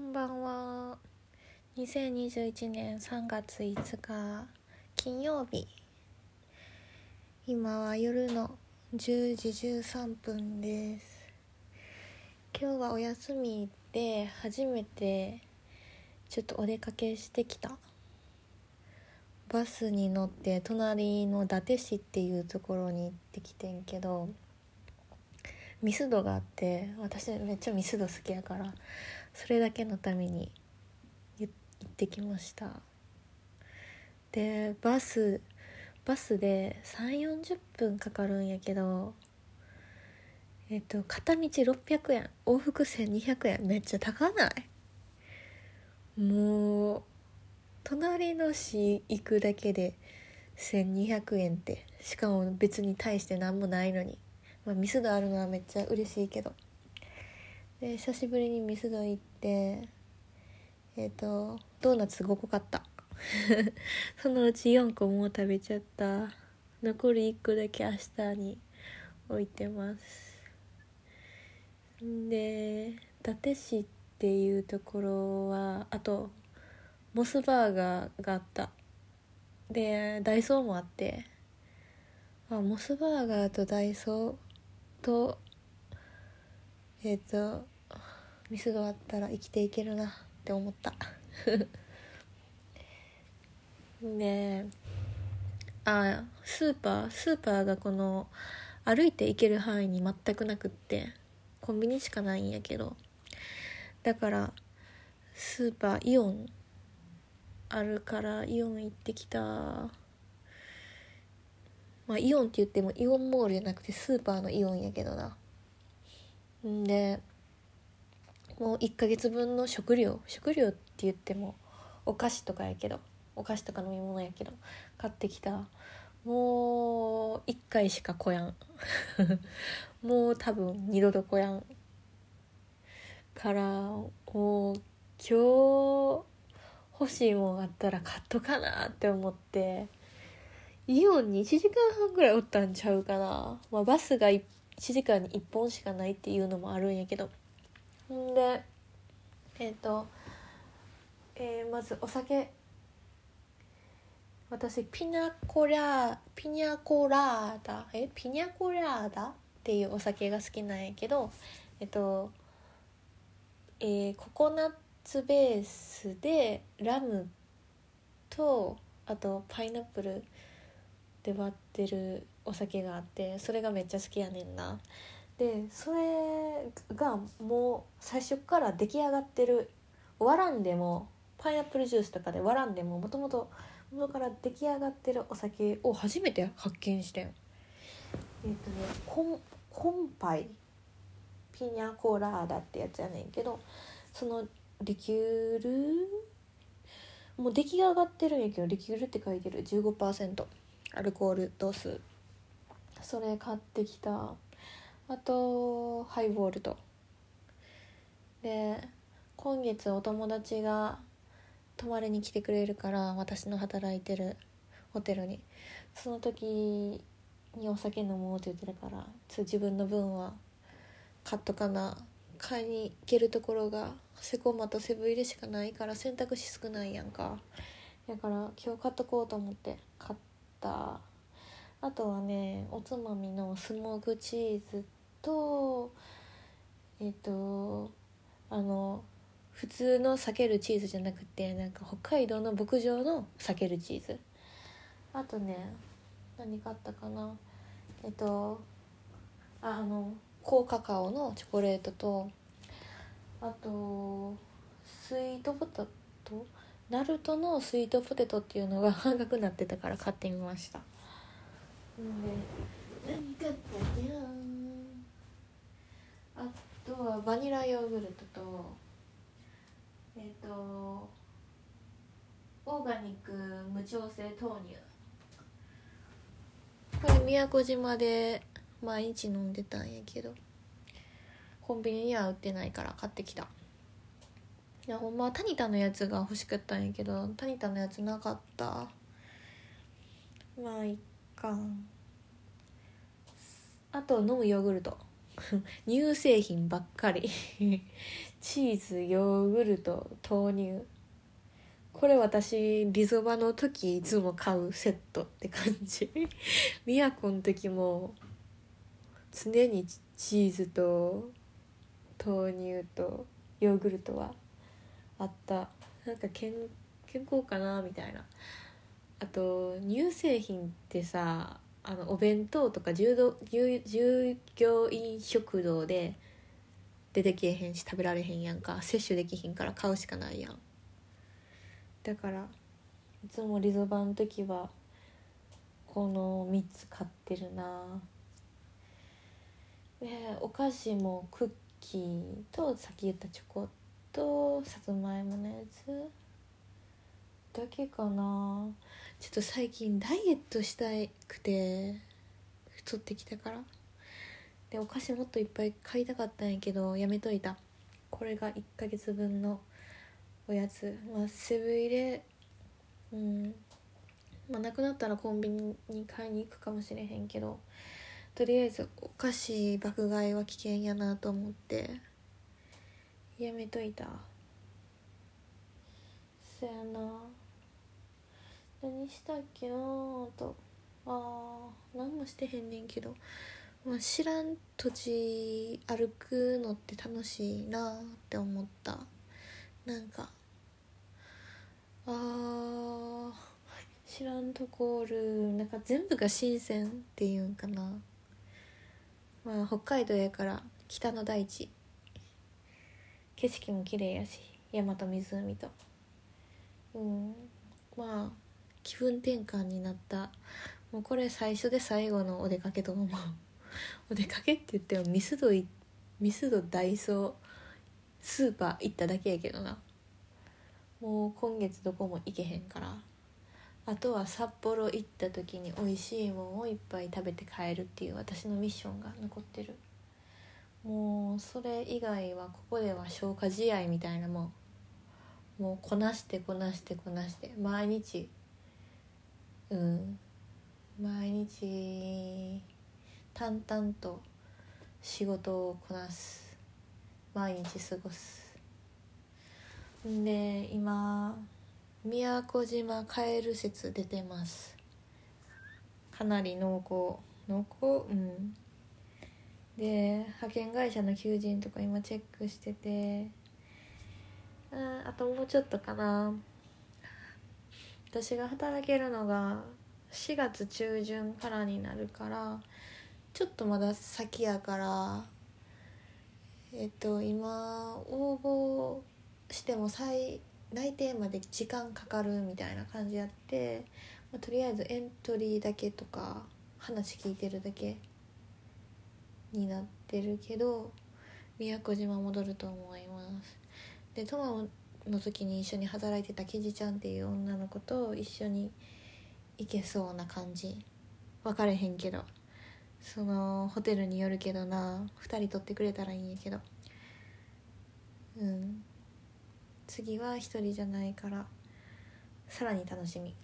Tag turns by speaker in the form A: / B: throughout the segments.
A: こんばんは。2021年3月5日金曜日、今は夜の10時13分です。今日はお休みで初めてちょっとお出かけしてきた。バスに乗って隣の伊達市っていうところに行ってきてんけど、ミスドがあって、私めっちゃミスド好きやからそれだけのために行ってきました。でバスで3、40分かかるんやけど、片道600円、往復1200円、めっちゃ高ない？もう隣の市行くだけで1200円って、しかも別に大して何もないのに、ミスドあるのはめっちゃ嬉しいけど。で久しぶりにミスド行って、ドーナツ5個買ったそのうち4個もう食べちゃった。残り1個だけ明日に置いてます。で伊達市っていうところは、あとモスバーガーがあった。でダイソーもあって、モスバーガーとダイソーとミスドあったら生きていけるなって思ったでスーパーがこの歩いて行ける範囲に全くなくって、コンビニしかないんやけど、だからスーパーイオンあるからイオン行ってきた。イオンって言ってもイオンモールじゃなくてスーパーのイオンやけどな。んでもう1ヶ月分の食料って言ってもお菓子とかやけど、お菓子とか飲み物やけど買ってきた。もう1回しか来やんもう多分二度と来やんから、もう今日欲しいもんあったら買っとかなって思って、イオンに1時間半ぐらいおったんちゃうかな。バスが1時間に1本しかないっていうのもあるんやけど。んでまずお酒、私ピニャコラーダっていうお酒が好きなんやけど、ココナッツベースでラムとあとパイナップルで割ってるお酒があって、それがめっちゃ好きやねんな。でそれがもう最初から出来上がってる、割らんでもパイナップルジュースとかで割らんでも元から出来上がってるお酒を初めて発見してん。コンパイピニャコラーダってやつやねんけど、そのリキュールもう出来上がってるんやけど、リキュールって書いてる 15% アルコール度数、それ買ってきた。あとハイボールと、で今月お友達が泊まりに来てくれるから、私の働いてるホテルに、その時にお酒飲もうって言ってたから、自分の分は買っとかな。買いに行けるところがセコマとセブン入れしかないから選択肢少ないやんか。だから今日買っとこうと思って買った。あとはね、おつまみのスモークチーズと普通の避けるチーズじゃなくて、なんか北海道の牧場の避けるチーズ。あとね、何買ったかな、高カカオのチョコレートと、あとスイートポテト、ナルトのスイートポテトっていうのが半額になってたから買ってみました。何買ったっけな。あとはバニラヨーグルトとオーガニック無調整豆乳、これ宮古島で毎日飲んでたんやけど、コンビニには売ってないから買ってきた。いやほんまはタニタのやつが欲しかったんやけど、タニタのやつなかった。いっか。あと飲むヨーグルト乳製品ばっかりチーズ、ヨーグルト、豆乳、これ私リゾバの時いつも買うセットって感じ宮古の時も常にチーズと豆乳とヨーグルトはあった。なんか健康かなみたいな。あと乳製品ってさ、お弁当とか従業員食堂で出てけえへんし食べられへんやんか。摂取できひんから買うしかないやん。だからいつもリゾバの時はこの3つ買ってるな。お菓子もクッキーとさっき言ったチョコとさつまいものやつだけかな。ちょっと最近ダイエットしたくて太ってきたから。でお菓子もっといっぱい買いたかったんやけどやめといた。これが1ヶ月分のおやつ。セブン入れなくなったらコンビニに買いに行くかもしれへんけど、とりあえずお菓子爆買いは危険やなと思ってやめといた。そやな。何したっけなと。何もしてへんねんけど、知らん土地歩くのって楽しいなって思った。なんか知らんとこおる。なんか全部が新鮮っていうんかな。北海道やから北の大地、景色も綺麗やし山と湖と気分転換になった。もうこれ最初で最後のお出かけと思うお出かけって言ってもミスドダイソースーパー行っただけやけどな。もう今月どこも行けへんから、あとは札幌行った時に美味しいもんをいっぱい食べて帰るっていう私のミッションが残ってる。もうそれ以外はここでは消化試合みたいなもうこなして毎日毎日淡々と仕事をこなす、毎日過ごす。んで今宮古島帰る説出てます。かなり濃厚で派遣会社の求人とか今チェックしてて、あともうちょっとかな。私が働けるのが4月中旬からになるからちょっとまだ先やから、今応募しても内定まで時間かかるみたいな感じやって、とりあえずエントリーだけとか話聞いてるだけになってるけど宮古島戻ると思います。でトマの時に一緒に働いてたキジちゃんっていう女の子と一緒に行けそうな感じ。分かれへんけどそのホテルによるけどな、2人取ってくれたらいいんやけど、次は1人じゃないからさらに楽しみ。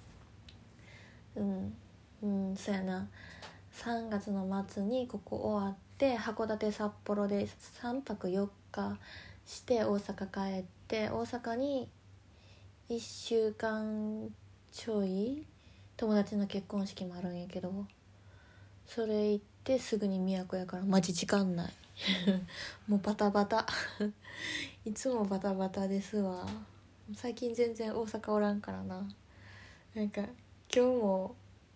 A: そうやな。3月の末にここ終わって函館札幌で3泊4日して大阪帰って、大阪に1週間ちょい友達の結婚式もあるんやけど、それ行ってすぐに都やからマジ時間ないもうバタバタいつもバタバタですわ。最近全然大阪おらんからな。なんか今日も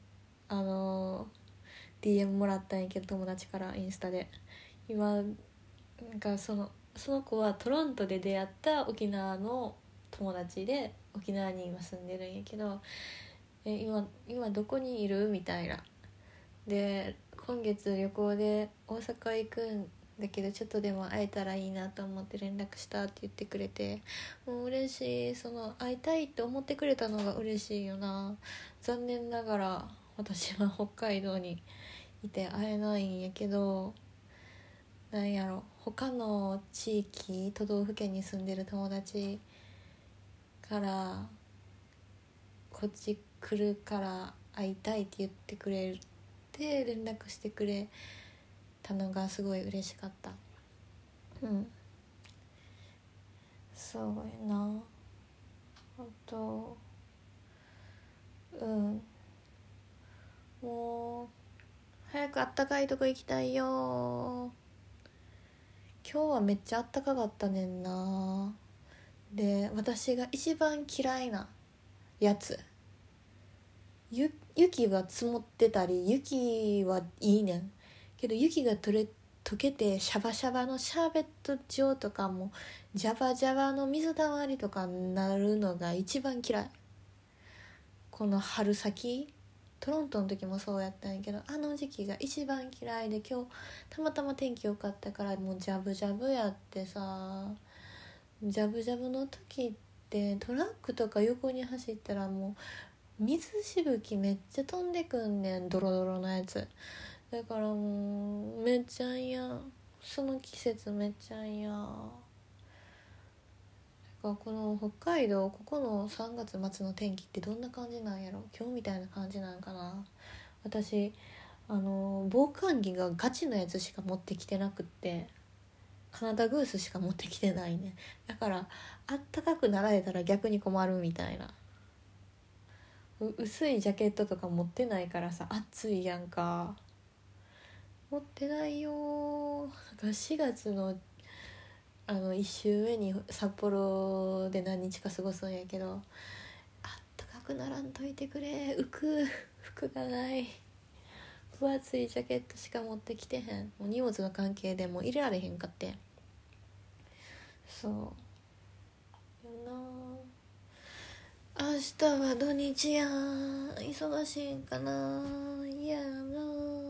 A: DM もらったんやけど友達からインスタで、今なんかその子はトロントで出会った沖縄の友達で沖縄に今住んでるんやけど、今どこにいるみたいな。で今月旅行で大阪行くんだけどちょっとでも会えたらいいなと思って連絡したって言ってくれて、もう嬉しい。会いたいって思ってくれたのが嬉しいよな。残念ながら私は北海道にいて会えないんやけど、なんやろ、他の地域都道府県に住んでる友達からこっち来るから会いたいって言ってくれて連絡してくれたのがすごい嬉しかった。そうやな。あともう早くあったかいとこ行きたいよ。今日はめっちゃあったかかったねんな。で、私が一番嫌いなやつ、雪が積もってたり、雪はいいねんけど、雪が溶けてシャバシャバのシャーベット状とかもジャバジャバの水たまりとかになるのが一番嫌い。この春先、トロントの時もそうやったんやけど、あの時期が一番嫌いで、今日たまたま天気良かったからもうジャブジャブやってさ、ジャブジャブの時ってトラックとか横に走ったらもう水しぶきめっちゃ飛んでくんねん、ドロドロのやつだから、もうめっちゃ嫌、その季節めっちゃ嫌。この北海道、ここの3月末の天気ってどんな感じなんやろ。今日みたいな感じなんかな。私防寒着がガチのやつしか持ってきてなくって、カナダグースしか持ってきてないね。だからあったかくなられたら逆に困るみたいな。薄いジャケットとか持ってないからさ、暑いやんか。持ってないよ。だから4月の1週目に札幌で何日か過ごすんやけど、あったかくならんといてくれ。服がない。分厚いジャケットしか持ってきてへん。もう荷物の関係でもう入れられへんかって。そうよな。明日は土日やん。忙しいんかな。いやな。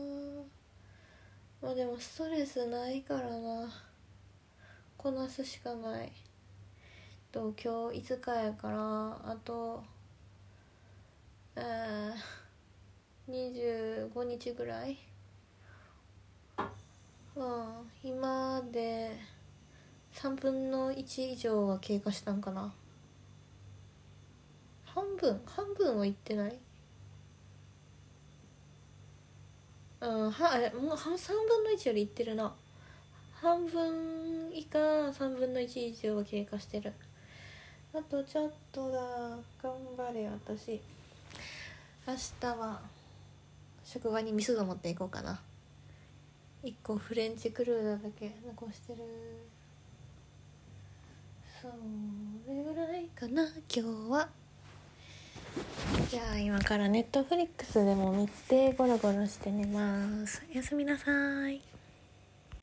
A: まあでもストレスないからな、こなすしかない。今日5日やから、あと25日ぐらい。今で3分の1以上は経過したんかな。半分は行ってない。もう3分の1より行ってるな。半分以下3分の1以上は経過してる。あとちょっとだ、頑張れ私。明日は職場にミスド持っていこうかな。1個フレンチクルーラーだけ残してる。それぐらいかな今日は。じゃあ今からネットフリックスでも見てゴロゴロして寝ます。おやすみなさい。